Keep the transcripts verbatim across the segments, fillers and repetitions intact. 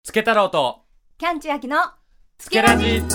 つけ太郎とキャンチュアキのつけラジ。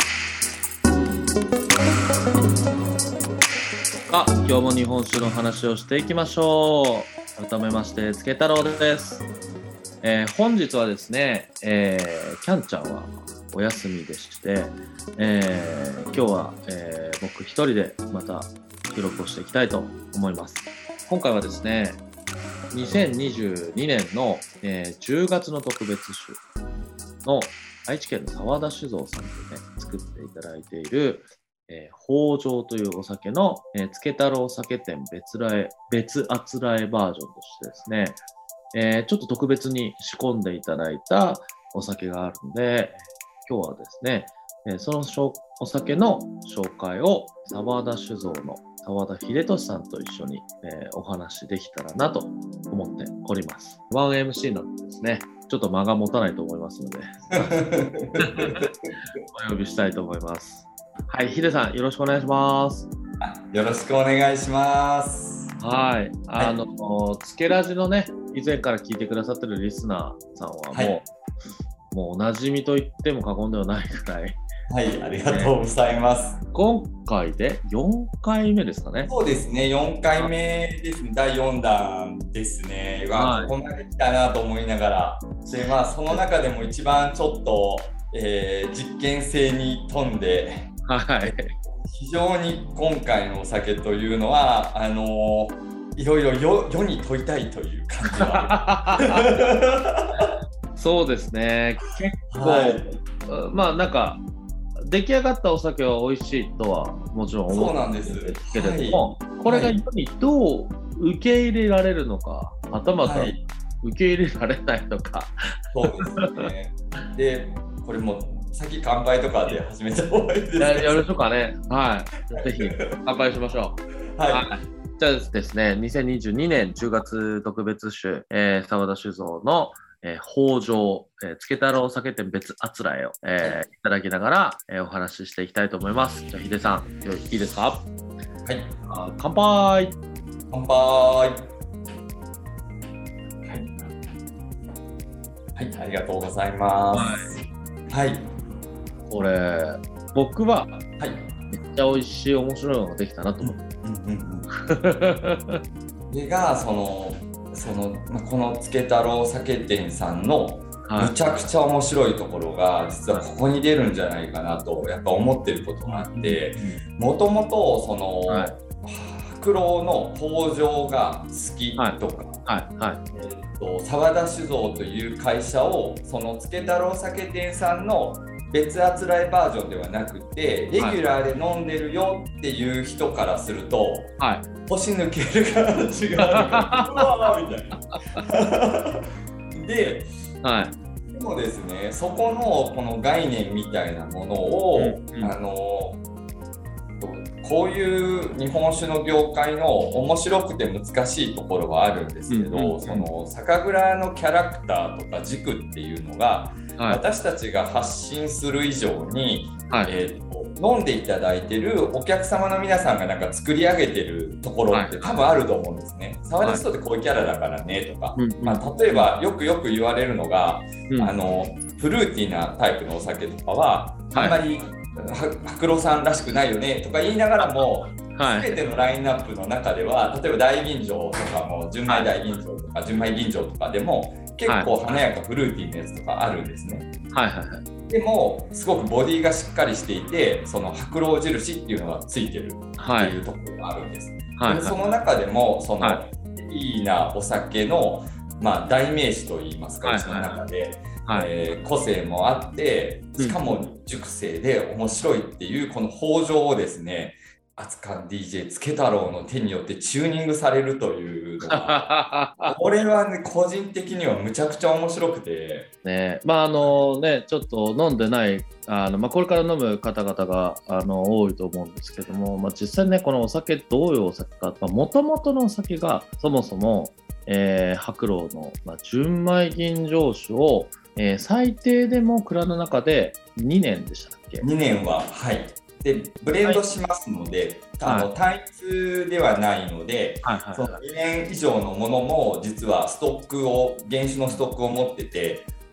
あ、今日も日本酒の話をしていきましょう。改めましてつけ太郎です。えー、本日はですね、えー、キャンちゃんはお休みでして、えー、今日は、えー、僕一人でまた記録をしていきたいと思います。今回はですね、にせんにじゅうにねんの、えー、じゅうがつの特別酒の愛知県の沢田酒造さんでね、作っていただいている、えー、豊醸というお酒の、えー、つけ太郎酒店別らえ、別あつらえバージョンとしてですね、えー、ちょっと特別に仕込んでいただいたお酒があるので、今日はですね、えー、そのお酒の紹介を沢田酒造の沢田秀俊さんと一緒に、えー、お話できたらなと思っております。ワンエムシー なんでですね、ちょっと間が持たないと思いますのでお呼びしたいと思います。はい、秀さんよろしくお願いします。 よろしくお願いします。 はい、あの、はい、つけラジのね、以前から聞いてくださってるリスナーさんはもう、はい、もうおなじみと言っても過言ではないくらい。 はい、ありがとうございます。 今回でよんかいめですかね。 そうですね、よんかいめですね、だいよんだんですね。はい、ここまで来たなと思いながら、でまあ、その中でも一番ちょっと、えー、実験性に富んで、 はい、 非常に今回のお酒というのは、あのー、いろいろ 世, 世に問いたいという感じはそうですね、結構、はい、まあなんか出来上がったお酒は美味しいとはもちろん思うんですけれども、はい、これが世にどう受け入れられるのか、はたまた受け入れられないのか、 はい、そうですね。で、これも先乾杯とかで始めた方がいいですか？ やりましょうかね。はい。ぜひ乾杯しましょう。はい。はい、じゃあですね、にせんにじゅうにねんじゅうがつ特別酒、えー、沢田酒造のえー、豊醸、えー、つけ太郎酒店別あつらえを、えー、いただきながら、えー、お話ししていきたいと思います。じゃあ、秀さん、いいですか？はい。あ、乾杯。 乾杯。はい。はい、ありがとうございます。はい。はい、 これ、僕は、はい、めっちゃ美味しい、面白いのができたなと思って。うんうんうん、 これが、その、そのまあ、このつけ太郎酒店さんのむちゃくちゃ面白いところが実はここに出るんじゃないかなとやっぱ思ってることがあって、もともとその、はい、白老の豊醸が好きとか、はいはいはい、えー、と沢田酒造という会社をそのつけ太郎酒店さんの別あつらえバージョンではなくてレギュラーで飲んでるよっていう人からすると、はい、腰抜ける感じがあるうわーみたいなで、はい、でもですね、そこのこの概念みたいなものを、うんうん、あのこういう日本酒の業界の面白くて難しいところはあるんですけど、うんうん、その酒蔵のキャラクターとか軸っていうのが、はい、私たちが発信する以上に、はい、えー、と飲んでいただいてるお客様の皆さんがなんか作り上げてるところって多分あると思うんですね。沢田酒造ってこういうキャラだからねとか、はい、まあ、例えばよくよく言われるのが、うん、あのフルーティーなタイプのお酒とかはあんまり、はい、白老さんらしくないよねとか言いながらも、はい、全てのラインナップの中では例えば大吟醸とかも純米大吟醸とか純米吟醸とかでも結構華やかフルーティーなやつとかあるんですね。はいはいはい、でもすごくボディがしっかりしていてその白老印っていうのがついてるっていうところがあるんです。はい、でその中でもその、はい、いいなお酒の、まあ、代名詞といいますか、うちの中で、はい、えー、個性もあってしかも熟成で面白いっていうこの豊醸をですね、熱燗 ディージェー つけ太郎の手によってチューニングされるというのがこれはね個人的にはむちゃくちゃ面白くてね、まああのねちょっと飲んでないあの、まあ、これから飲む方々があの多いと思うんですけども、まあ、実際ねこのお酒どういうお酒か、もともとのお酒がそもそも、えー、白老の、まあ、純米吟醸酒を、えー、最低でも蔵の中でにねんでしたっけ？ にねんははいでブレンドしますので、はい、あの単一ではないので、はいはいはい、そのにねん以上のものも実はストックを原酒のストックを持ってて、そ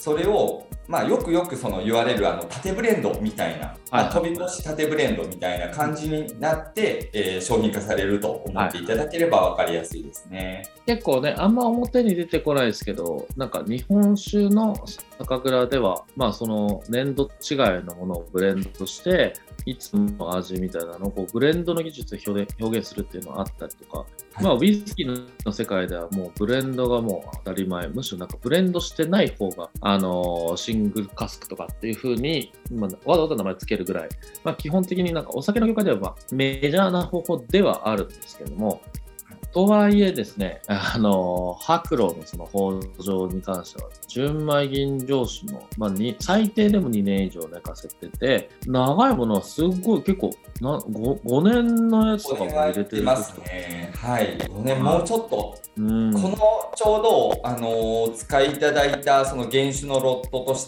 それをまあ、よくよくその言われるあの縦ブレンドみたいな、まあ、飛び越し縦ブレンドみたいな感じになって、えー、商品化されると思っていただければ分かりやすいですね。 結構ね、あんま表に出てこないですけど、なんか日本酒の酒蔵では、まあ、その粘土違いのものをブレンドして、いつもの味みたいなのをこうブレンドの技術で表現、表現するっていうのがあったりとか、はい、まあ、ウイスキーの世界ではもうブレンドがもう当たり前、むしろなんかブレンドしてない方が、あのー、シングルカスクとかっていう風に、まあ、わざわざ名前つけるぐらい、まあ、基本的になんかお酒の業界ではまあメジャーな方法ではあるんですけども、とはいえですね、あの白露のその豊穣に関しては純米吟醸酒の、まあ、に最低でもにねん以上寝かせてて、長いものはすごい結構な 5, ごねんのやつとかも入れてるますね。はい、ごねん、もうちょっと、うん、このちょうどあの使いいただいたその原酒のロットとして、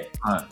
はい、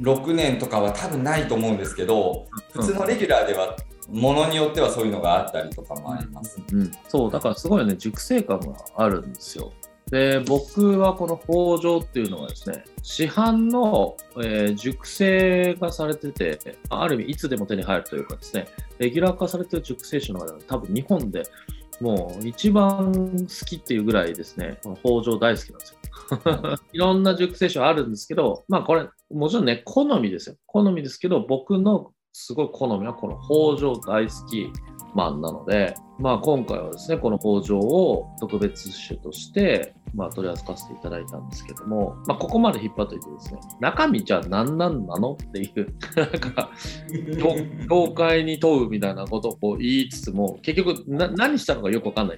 ろくねんとかは多分ないと思うんですけど、普通のレギュラーではものによってはそういうのがあったりとかもあります、 うん、そうだからすごいね、熟成感があるんですよ。で、僕はこの豊穣っていうのはですね、市販の、えー、熟成がされてて、ある意味いつでも手に入るというかですね、レギュラー化されてる熟成酒の中では多分日本でもう一番好きっていうぐらいですね、この豊穣大好きなんですよ。いろんな熟成酒あるんですけど、まあこれもちろんね、好みですよ。好みですけど、僕のすごい好みはこの豊穣大好きマンなので、まあ、今回はですね、この豊穣を特別酒として、まあ、取り扱わせていただいたんですけども、まあ、ここまで引っ張っていてですね、中身じゃあ何なんなのっていうなんか業界に問うみたいなことをこう言いつつも、結局な何したのかよく分かんない。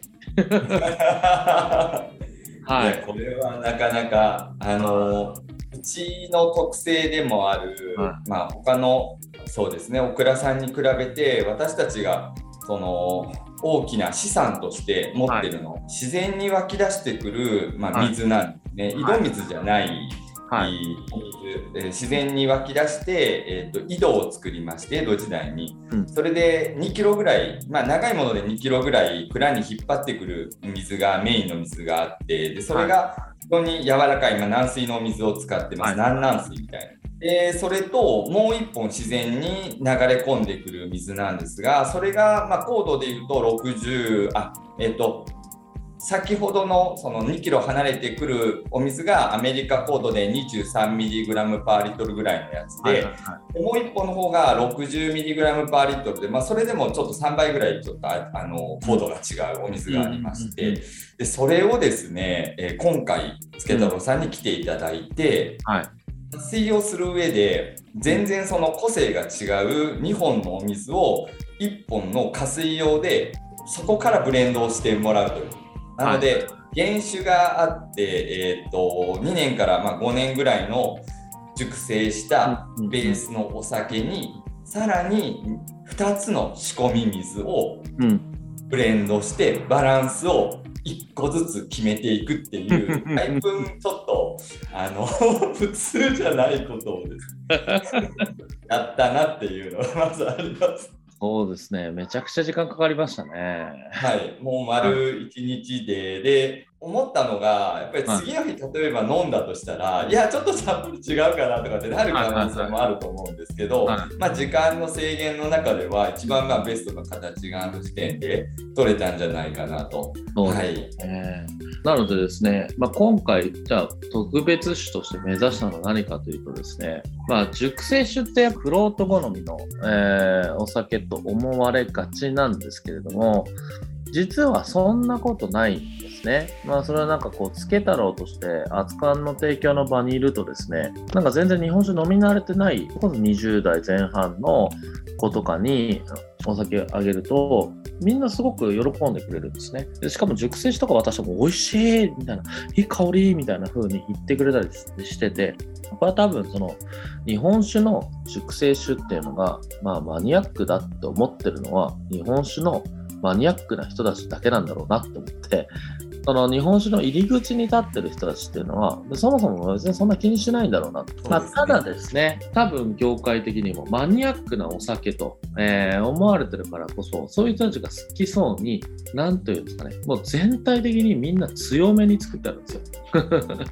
はい、これはなかなかあのうちの特性でもある、はい、まあ他のそうですね、オクラさんに比べて私たちがその大きな資産として持ってるの、はい、自然に湧き出してくる、まあ、水なんですね、はい、井戸水じゃない、はい、水、えー、自然に湧き出して、えー、と井戸を作りまして、江戸時代に、うん、それでにキロぐらい、まあ、長いものでにキロぐらい蔵に引っ張ってくる水がメインの水があって、でそれが非常に柔らかい、まあ、軟水の水を使ってます、はい、軟軟水みたいな。でそれともう一本自然に流れ込んでくる水なんですが、それがまあ高度でいうとろくじゅう、あ、えっと先ほどのそのにキロ離れてくるお水がアメリカ高度で にじゅうさんミリグラムパーリットルぐらいのやつで、はいはいはい、もう一本の方が ろくじゅうミリグラムパーリットルで、まあ、それでもちょっとさんばいぐらいちょっとああの高度が違うお水がありまして、うんうんうん、でそれをですね、えー、今回助太郎さんに来ていただいて、うん、はい、活用する上で全然その個性が違うにほんのお水をいっぽんの加水用でそこからブレンドをしてもらうという。なので、はい、原酒があって、えー、とにねんからまあごねんぐらいの熟成したベースのお酒に、うん、さらにふたつの仕込み水をブレンドしてバランスをいっこずつ決めていくっていうだいぶちょっとあの普通じゃないことをですやったなっていうのがまずあります。 そうですね、めちゃくちゃ時間かかりましたね。 はい、もう丸いちにちで、で思ったのがやっぱり次の日、はい、例えば飲んだとしたら、いやちょっとサンプル違うかなとかってなる可能性もあると思うんですけど、はいはいはい、まあ、時間の制限の中では一番まあベストな形がある時点で取れたんじゃないかなと。 そうですね、はい、なのでですね、まあ、今回じゃあ特別酒として目指したのは何かというとですね、まあ、熟成酒ってフロート好みの、えー、お酒と思われがちなんですけれども、実はそんなことないんですね。まあそれはなんかこうつけ太郎として熱燗の提供の場にいるとですね、なんか全然日本酒飲み慣れてない、にじゅうだいぜん半の子とかにお酒あげるとみんなすごく喜んでくれるんですね。でしかも熟成酒とか渡しても美味しいみたいな、いい香りみたいな風に言ってくれたりしてて、これは多分その日本酒の熟成酒っていうのが、まあ、マニアックだって思ってるのは日本酒のマニアックな人たちだけなんだろうなって思って、その日本酒の入り口に立ってる人たちっていうのはそもそも別にそんな気にしないんだろうな、まあ、ただですね、多分業界的にもマニアックなお酒と、えー、思われてるからこそ、そういう人たちが好きそうに、なんというんですかね、もう全体的にみんな強めに作ってあるんですよ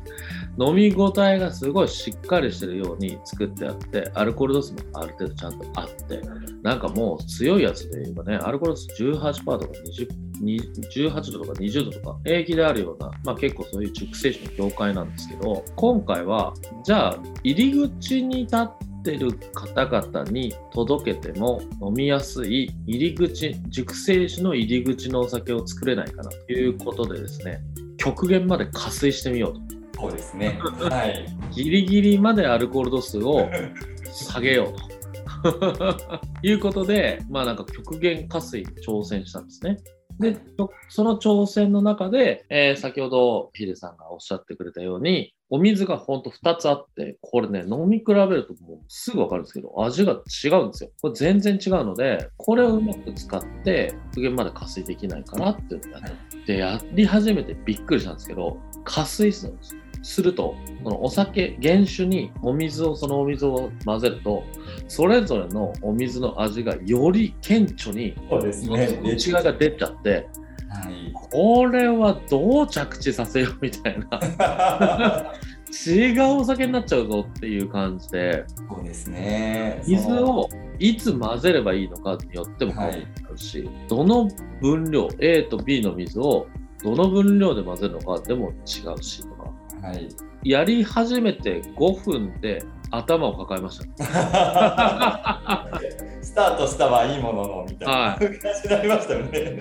飲み応えがすごいしっかりしてるように作ってあって、アルコール度数もある程度ちゃんとあって、なんかもう強いやつで言えばね、アルコール度数 じゅうはちパーセント とか20じゅうはちどとかにじゅうどとか平気であるような、まあ結構そういう熟成酒の業界なんですけど、今回はじゃあ入り口に立ってる方々に届けても飲みやすい入り口、熟成酒の入り口のお酒を作れないかなということでですね、極限まで加水してみようと。 そうですね。はい。 ギリギリまでアルコール度数を下げようということで、まあなんか極限加水に挑戦したんですね。で、その挑戦の中で、えー、先ほどヒデさんがおっしゃってくれたように、お水がほんとふたつあって、これね、飲み比べるともうすぐわかるんですけど、味が違うんですよ。これ全然違うので、これをうまく使って、極限まで加水できないかなっていうのをやって、やり始めてびっくりしたんですけど、加水するんです。すると、そのお酒、原酒にお水を、そのお水を混ぜると、それぞれのお水の味がより顕著に、 そうですね、 違いが出ちゃって、 はい、 これはどう着地させようみたいな違うお酒になっちゃうぞっていう感じで、 そうですね、 水をいつ混ぜればいいのかによっても変わってくるし、はい、どの分量 A と B の水をどの分量で混ぜるのかでも違うしとか、 はい、 やり始めてごふんで頭を抱えましたスタートしたはいいもののみたいな感じになりましたよね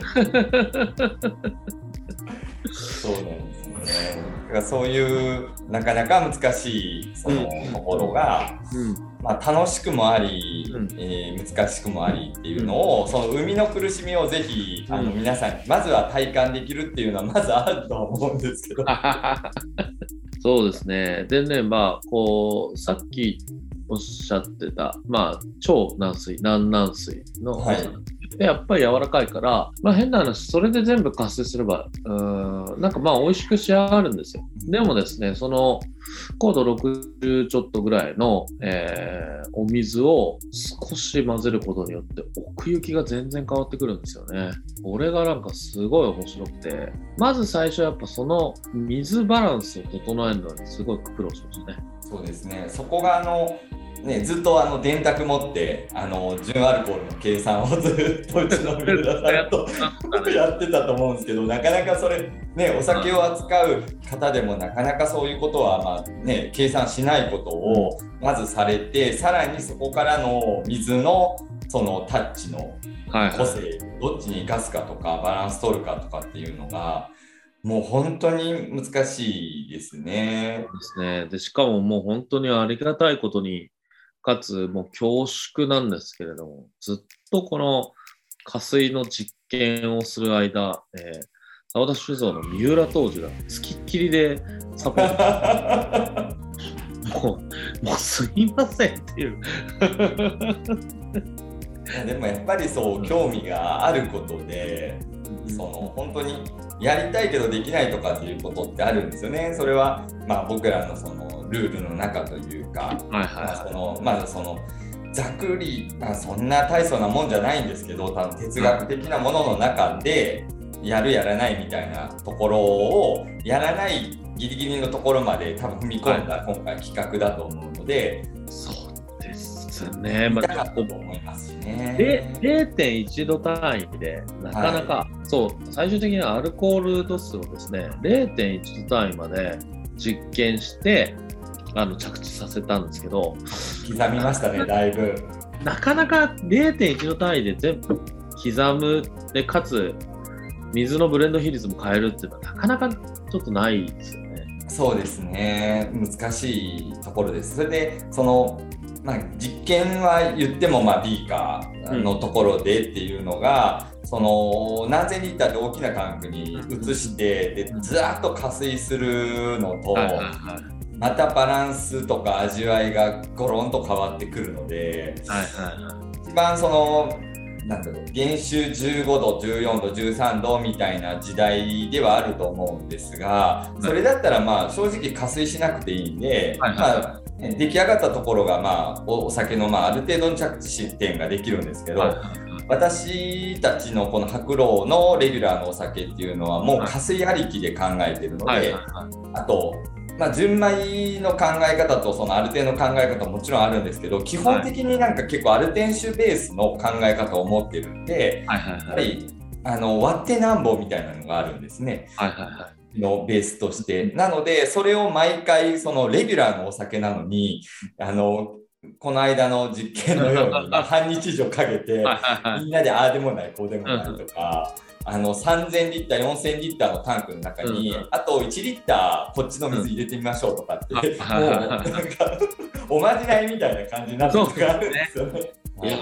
そうなんですね。だからそういうなかなか難しいそのところが、うんうん、まあ、楽しくもあり、うん、えー、難しくもありっていうのを、その生みの苦しみをぜひ、うん、あの皆さんにまずは体感できるっていうのはまずあると思うんですけどそうですね。でね、まあこうさっきおっしゃってた、まあ超軟水、軟軟水の、はい、でやっぱり柔らかいから、まあ変な話、それで全部加水すれば、うーん、なんかまあ美味しく仕上がるんですよ。でもですね、その高度ろくじゅうちょっとぐらいの、えー、お水を少し混ぜることによって奥行きが全然変わってくるんですよね。これがなんかすごい面白くて、まず最初やっぱその水バランスを整えるのにすごい苦労しましたね。 そうですね。そこがあのね、ずっとあの電卓持ってあの純アルコールの計算をずっとうちの上田さんとやってたと思うんですけど、なかなかそれね、お酒を扱う方でもなかなかそういうことは、まあね、計算しないことをまずされて、さらにそこからの水のそのタッチの個性、はいはい、どっちに生かすかとかバランス取るかとかっていうのがもう本当に難しいですね。 そうですね。でしかももう本当にありがたいことに、かつもう恐縮なんですけれども、ずっとこの加水の実験をする間、えー、澤田酒造の三浦杜氏がつきっきりでサポートもう、もうすいませんっていうでもやっぱりそう興味があることで、その本当にやりたいけどできないとかっていうことってあるんですよね。それはまあ僕らのそのルールの中というか、はいはい、まあ、そのまずそのざっくり、まあ、そんな大層なもんじゃないんですけど、多分哲学的なものの中でやるやらないみたいなところをやらないギリギリのところまで多分踏み込んだ今回企画だと思うので、 そうですね。 見たかったと思いますしね。 れいてんいち 度単位でなかなか、はい、そう最終的にはアルコール度数をですね れいてんいち 度単位まで実験してあの着地させたんですけど、 刻みましたね、だいぶ。 なかなか れいてんいち 度単位で全部刻むで、かつ水のブレンド比率も変えるっていうのはなかなかちょっとないですよね。 そうですね、難しいところです。それでその、まあ、実験は言ってもまあビーカーのところでっていうのが、うん、その何千リッターって大きなタンクに移してでずらっと加水するのと、はいはいはい、またバランスとか味わいがゴロンと変わってくるので、はいはいはい、一番そのなんだろう、原酒じゅうごどじゅうよんどじゅうさんどみたいな時代ではあると思うんですが、それだったらまあ正直加水しなくていいんで、はいはいはい、まあ、出来上がったところがまあ お, お酒のまあある程度の着地点ができるんですけど、はいはいはい、私たちのこの白老のレギュラーのお酒っていうのはもう加水ありきで考えてるので、はいはいはい、あとまあ、純米の考え方とそのアルテンの考え方ももちろんあるんですけど、基本的になんか結構アルテン酒ベースの考え方を持ってるんで、はいはいはい、やっぱりあの割ってなんぼみたいなのがあるんですね、はいはいはい、のベースとして。なのでそれを毎回そのレギュラーのお酒なのに、あのこの間の実験のように半日以上かけてみんなでああでもないこうでもないとか、あのさんぜんリッターよんせんリッターのタンクの中に、うん、あといちリッターこっちの水入れてみましょうとかって、うん、もうなんかおまじないみたいな感じになってるとかあるんですよね。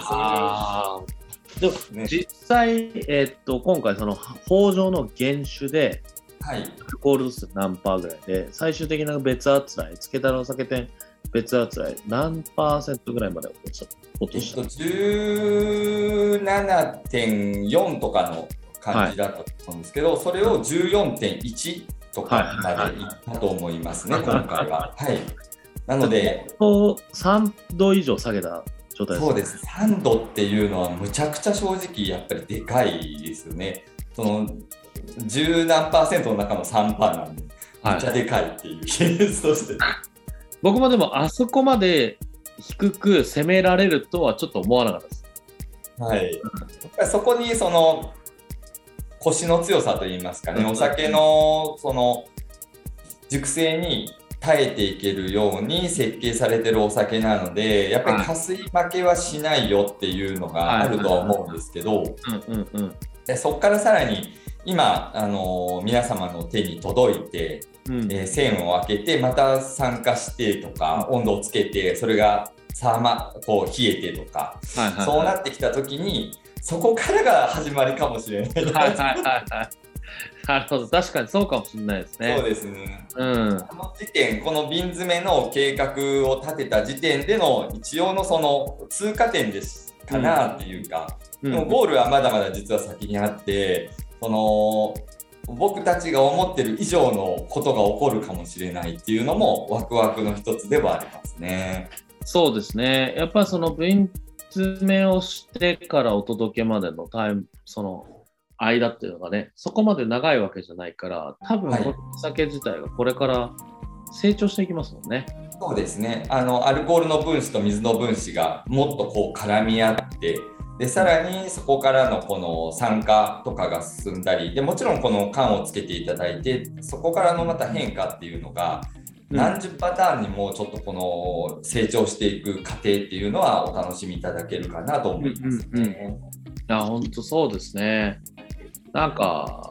でも、ね、実際、えー、っと今回その豊穣の原酒で、はい、アルコール度数何パーぐらいで最終的な別扱いつけたらお酒店別扱い何パーセントぐらいまで落ちた落とした、えっと、 じゅうななてんよんとかの感じだったと思うんですけど、はい、それを じゅうよんてんいち とかまでいったと思いますね、はいはいはい、今回は。はい、なのでさんど以上下げた状態です。 そうです。さんどっていうのはむちゃくちゃ正直やっぱりでかいですよね。そのじゅう何パーセントの中の さんパーセント なんで、はい、めちゃでかいっていうケースとして僕もでもあそこまで低く攻められるとはちょっと思わなかったです。 はい、やっぱりそこにその腰の強さといいますかね、お酒のその熟成に耐えていけるように設計されてるお酒なので、やっぱり加水負けはしないよっていうのがあるとは思うんですけど、でそこからさらに今あの皆様の手に届いて、うんえー、栓を開けてまた酸化してとか、うん、温度をつけてそれがさまこう冷えてとか、はいはいはい、そうなってきた時にそこからが始まりかもしれない。はいはいはいはい。 なるほど、確かにそうかもしれないですね。 そうですね。うん。この時点、この瓶詰めの計画を立てた時点での一応のその通過点ですかなっていうか、うん、でもゴールはまだまだ実は先にあって、その僕たちが思ってる以上のことが起こるかもしれないっていうのもワクワクの一つではありますね。 そうですね。やっぱりその瓶詰めをしてからお届けまでのタイム、その間っていうのがね、そこまで長いわけじゃないから、多分このお酒自体がこれから成長していきますもんね。 はい、そうですね。あのアルコールの分子と水の分子がもっとこう絡み合って、でさらにそこからのこの酸化とかが進んだりで、もちろんこの缶をつけていただいて、そこからのまた変化っていうのが何十パターンにもちょっとこの成長していく過程っていうのはお楽しみいただけるかなと思いますね。うんうんうん、いや本当そうですね。なんか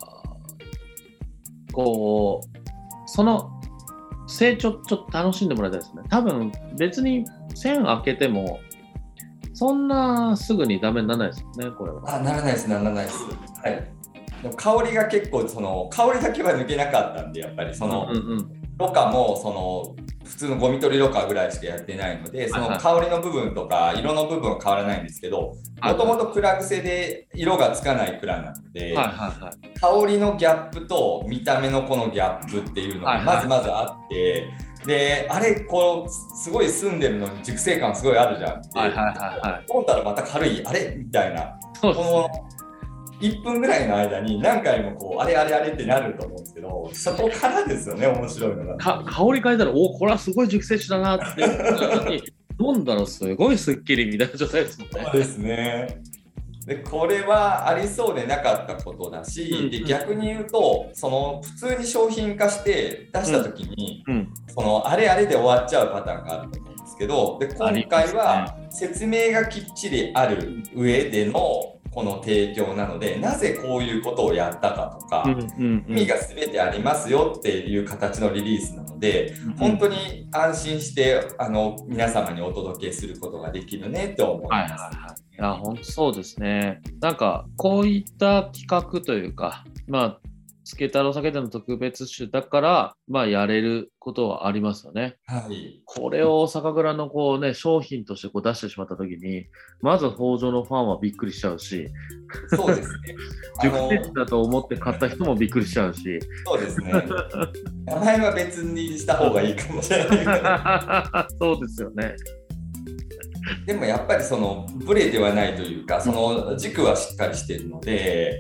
こうその成長ちょっと楽しんでもらいたいですね。多分別に栓開けてもそんなすぐにダメにならないですよね、これは。 あ、ならないです、ならないです。はい。でも香りが結構その香りだけは抜けなかったんで、やっぱりその、うんうん、ろ過もその普通のゴミ取りろ過ぐらいしかやってないので、その香りの部分とか色の部分は変わらないんですけど、もともと蔵癖で色がつかない蔵なので、はいはいはい、香りのギャップと見た目のこのギャップっていうのがまずまずあって、はいはいはい、であれこうすごい澄んでるのに熟成感すごいあるじゃんって、はいはいはいはい、飲んだらまた軽いあれみたいな、このいっぷんぐらいの間に何回もこうあれあれあれってなると思うんですけど、そこからですよね、面白いのが。 か香り嗅いだらおこれはすごい熟成酒だなって飲んだらすごいスッキリみたいな状態ですもんね。 そうですね。でこれはありそうでなかったことだし、うんうん、で逆に言うとその普通に商品化して出した時に、うんうん、そのあれあれで終わっちゃうパターンがあると思うんですけど、で今回は説明がきっちりある上でのこの提供なので、なぜこういうことをやったかとか、うんうんうん、意味が全てありますよっていう形のリリースなので、うんうん、本当に安心してあの皆様にお届けすることができるねって思います。はいはいはい、 いや本当そうですね。なんかこういった企画というか、まあつけ太郎酒店の特別酒だからまあやれることはありますよね。はい。これを酒蔵のこうね商品としてこう出してしまった時に、まず豊穣のファンはびっくりしちゃうし、 そうですね。 熟成酒だと思って買った人もびっくりしちゃうし、 そうですね。名前は別にした方がいいかもしれない。 そうですよね。 でもやっぱりそのブレではないというか、その軸はしっかりしているので、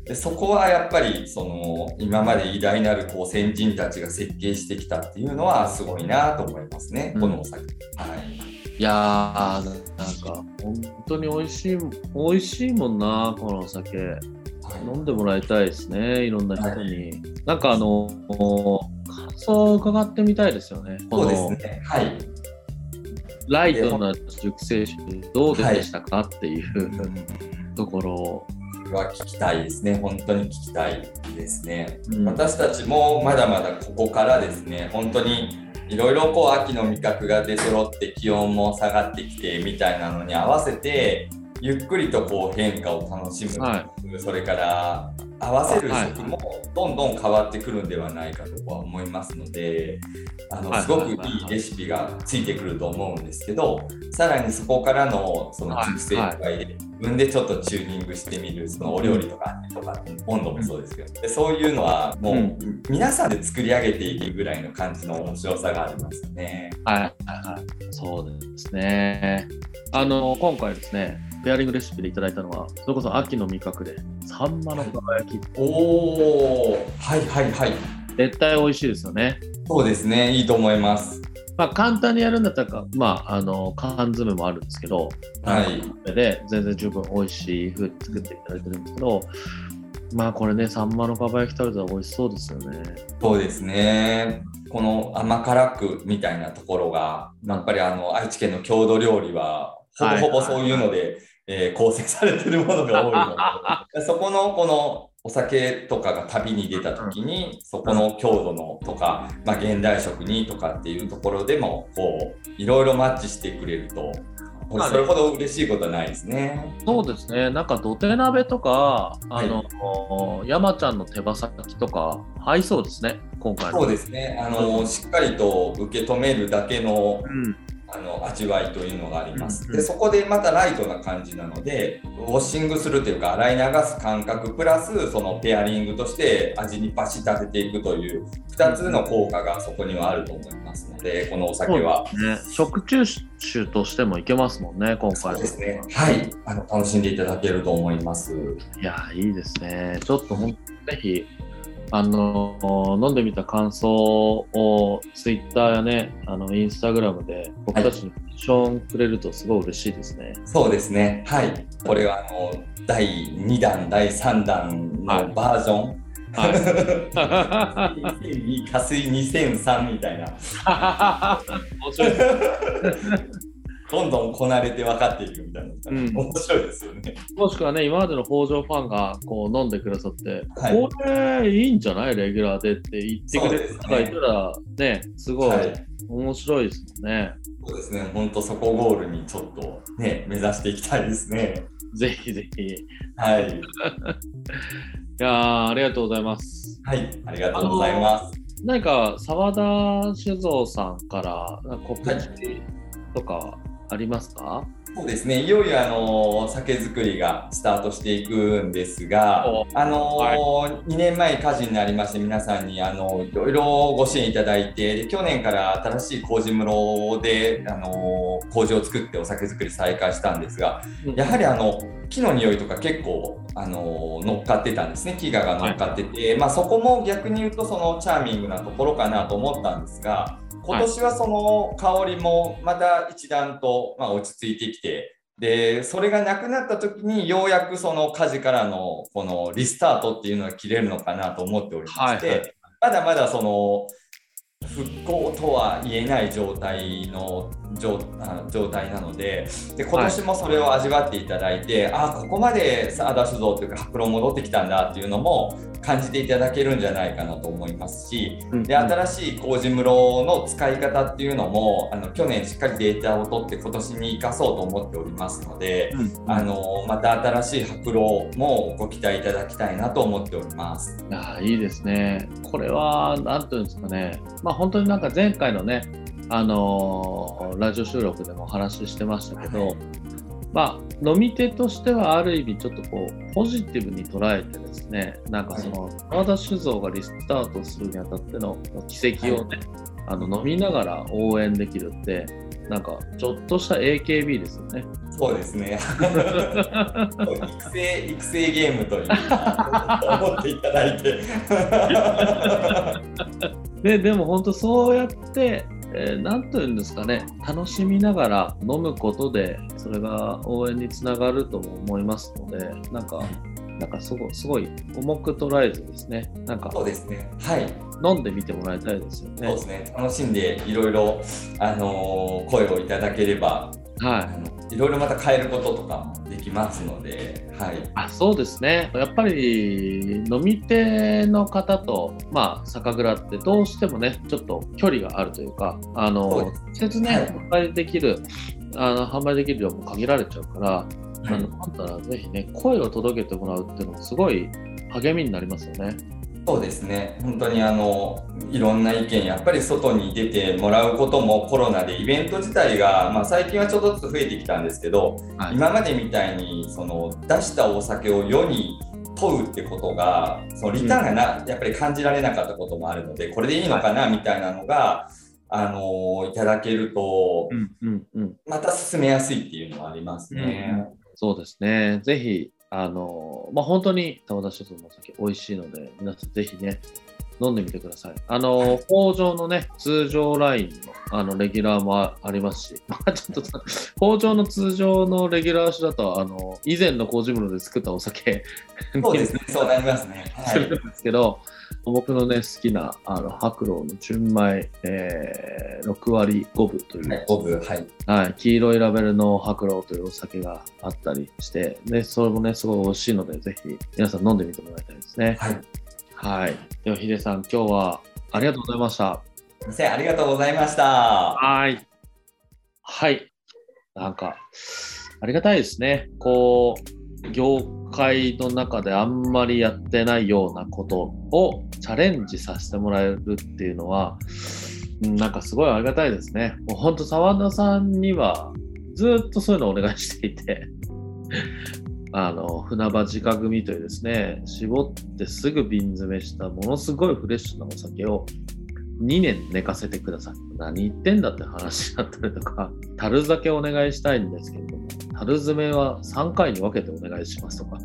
でそこはやっぱりその今まで偉大なるこう先人たちが設計してきたっていうのはすごいなと思いますね、うん、このお酒。はい、 いやーなんか本当に美味しい美味しいもんなこのお酒、はい、飲んでもらいたいですねいろんな人に、はい、なんかあの感想を伺ってみたいですよね。 そうですね、はい、 ライトな熟成酒どうでしたか、はい、っていう、うん、ところをは聞きたいですね。本当に聞きたいですね、うん、私たちもまだまだここからですね本当にいろいろこう秋の味覚が出揃って気温も下がってきてみたいなのに合わせてゆっくりとこう変化を楽しむ、はい、それから合わせる食もどんどん変わってくるんではないかとは思いますので、あのすごくいいレシピがついてくると思うんですけど、さらにそこからのその熟成具合で自分でちょっとチューニングしてみるそのお料理とかとか温度もそうですけど、でそういうのはもう皆さんで作り上げていくぐらいの感じの面白さがありますよね。 はいはいはい、そうですね。あの今回ですねペアリングレシピでいただいたのはそれこそ秋の味覚でサンマの蒲焼き、はい、 おーはいはいはい、 絶対美味しいですよね。 そうですね、いいと思います。 まあ簡単にやるんだったらまああの缶詰もあるんですけど、はい、で全然十分美味しい風に作っていただいてるんですけど、まあこれねサンマの蒲焼き食べたら美味しそうですよね。 そうですね、この甘辛くみたいなところがやっぱりあの愛知県の郷土料理はほぼほぼそういうので、はいはいはい、えー、構成されてるものが多いのでそこのこのお酒とかが旅に出た時にそこの郷土のとか、まあ、現代食にとかっていうところでもこういろいろマッチしてくれるとそれほど嬉しいことはないですね。 そうですね、なんか土手鍋とかあの、はい、山ちゃんの手羽先とか合いそうですね今回。 そうですね、あの、うん、しっかりと受け止めるだけの、うんあの味わいというのがあります、うんうん、でそこでまたライトな感じなのでウォッシングするというか洗い流す感覚プラスそのペアリングとして味にバシッ立てていくというふたつの効果がそこにはあると思いますのでこのお酒は、 ね、食中酒としてもいけますもんね今回。 そうですね、はいあの楽しんでいただけると思います。 いやいいですね。ちょっとほんとぜひあの飲んでみた感想をツイッターやねあのインスタグラムで僕たちにメンションくれるとすごい嬉しいですね、はい、 そうですね、はいこれはあのだいにだんだいさんだんのバージョン、はいはい、加水にせんさんみたいな面白いどんどんこなれて分かっていくみたいな、うん、面白いですよね。 もしくはね今までの北条ファンがこう飲んでくださって、はい、これいいんじゃないレギュラーでって言ってくれる方がいたら ね, ねすごい面白いですもんね。 そうですね、本当そこゴールにちょっとね目指していきたいですね。 ぜひぜひ。 はい。 いやありがとうございます。 はい、ありがとうございます。 何か澤田酒造さんから告知とか、はいありますか？ そうですね、いよいよあの酒造りがスタートしていくんですが、あの、はい、にねんまえ火事になりまして皆さんにあのいろいろご支援いただいてで去年から新しい麹室であの麹を作ってお酒造り再開したんですが、うん、やはりあの木の匂いとか結構あの乗っかってたんですね。木が乗っかってて、はいまあ、そこも逆に言うとそのチャーミングなところかなと思ったんですが今年はその香りもまた一段とまあ落ち着いてきてでそれがなくなった時にようやくその火事からのこのリスタートっていうのが切れるのかなと思っておりまして、はいはい、まだまだその復興とは言えない状態の状態なの で, で今年もそれを味わっていただいて、はい、あここまで澤田酒造というか白露戻ってきたんだっていうのも感じていただけるんじゃないかなと思いますし、うん、で新しい麹室の使い方っていうのもあの去年しっかりデータを取って今年に生かそうと思っておりますので、うん、あのまた新しい白露もご期待いただきたいなと思っております。 いやいいですね。これは何ていうんですかね、まあ、本当になんか前回のねあのー、ラジオ収録でもお話ししてましたけど、はいまあ、飲み手としてはある意味ちょっとこうポジティブに捉えてですねなんかその澤田酒造がリスタートするにあたっての奇跡をね、はい、あの飲みながら応援できるってなんかちょっとした エーケービー ですよね。 そうですね育成育成ゲームという思っていただいてで, でも本当そうやって、えー、なんというんですかね、楽しみながら飲むことでそれが応援につながるとも思いますので、なんかなんかすごい、すごい重く捉えずですね、なんかそうですね、はい、 飲んでみてもらいたいですよね。 そうですね、楽しんでいろいろ、あのー、声をいただければ、はい、いろいろまた変えることとかもできますので、はい、 あ、そうですね。やっぱり飲み手の方と、まあ、酒蔵ってどうしてもね、ちょっと距離があるというか、あの直接ね、はい、販売できるあの販売できる量も限られちゃうから、はい、あのだったらぜひね、声を届けてもらうっていうのもすごい励みになりますよね。 そうですね、本当にあのいろんな意見、やっぱり外に出てもらうこともコロナでイベント自体が、まあ、最近はちょっとずつ増えてきたんですけど、はい、今までみたいにその出したお酒を世に問うってことが、そのリターンがな、うん、やっぱり感じられなかったこともあるので、これでいいのかなみたいなのが、あのいただけると、うんうんうん、また進めやすいっていうのはありますね。 うんうん、そうですね、ぜひあのまあ、本当に田和田酒造のお酒美味しいので、皆さんぜひね飲んでみてください。あの北条のね通常ラインのあのレギュラーも あ, ありますし、まあ、ちょっと北条の通常のレギュラー酒だとあの以前の麹室で作ったお酒そうですね、そうなりますね。 するんですけど、僕のね好きなあの白老の純米、えー、ろく割ごぶという、 はい、ごぶ、はいはい、黄色いラベルの白老というお酒があったりして、でそれもねすごい美味しいので、ぜひ皆さん飲んでみてもらいたいですね。 はい、 はい、ではヒデさん、今日はありがとうございました。 先生、ありがとうございました。 はいはい、なんかありがたいですね。こう業界の中であんまりやってないようなことをチャレンジさせてもらえるっていうのは、なんかすごいありがたいですね。もう本当澤田さんにはずっとそういうのをお願いしていてあの船場直組というですね、絞ってすぐ瓶詰めしたものすごいフレッシュなお酒をにねん寝かせてください。何言ってんだって話だったりとか、樽酒お願いしたいんですけれども、樽詰めはさんかいに分けてお願いしますとか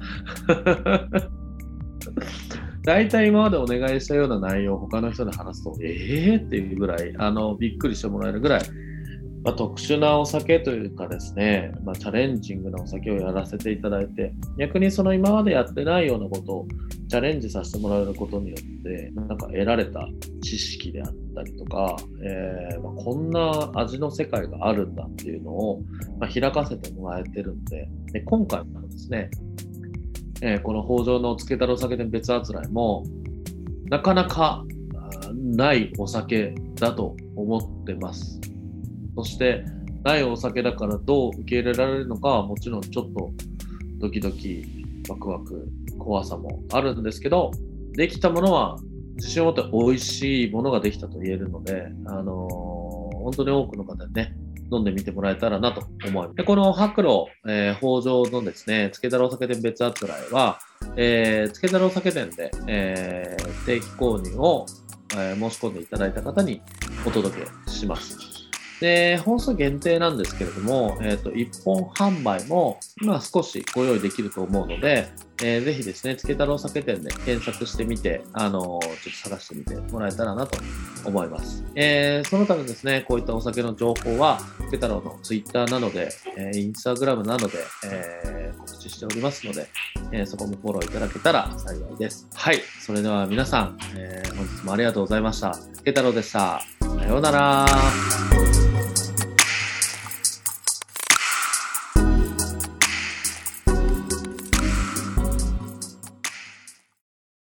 大体今までお願いしたような内容を他の人に話すとえーっていうぐらいあのびっくりしてもらえるぐらい、まあ、特殊なお酒というかですね、まあ、チャレンジングなお酒をやらせていただいて、逆にその今までやってないようなことをチャレンジさせてもらえることによってなんか得られた知識であったりとか、えーまあ、こんな味の世界があるんだっていうのを、まあ、開かせてもらえてるんで、で今回もですね、えー、この北条のつけ太郎酒店別あつらいもなかなかないお酒だと思ってます。そしてないお酒だからどう受け入れられるのかはもちろんちょっとドキドキワクワク怖さもあるんですけど、できたものは自信を持って美味しいものができたと言えるので、あのー、本当に多くの方にね飲んでみてもらえたらなと思います。でこの白老、えー、北条のですねつけ太郎酒店別あつらいは、えー、つけ太郎酒店で、えー、定期購入を、えー、申し込んでいただいた方にお届けします。で本数限定なんですけれども、えーと、いっぽん販売も今少しご用意できると思うので、えー、ぜひですね、つけ太郎酒店で検索してみて、あのー、ちょっと探してみてもらえたらなと思います。えー、その他のですね、こういったお酒の情報は、つけ太郎のツイッターなので、えー、インスタグラムなので、えー、告知しておりますので、えー、そこもフォローいただけたら幸いです。はい、それでは皆さん、えー、本日もありがとうございました。つけ太郎でした。さようなら。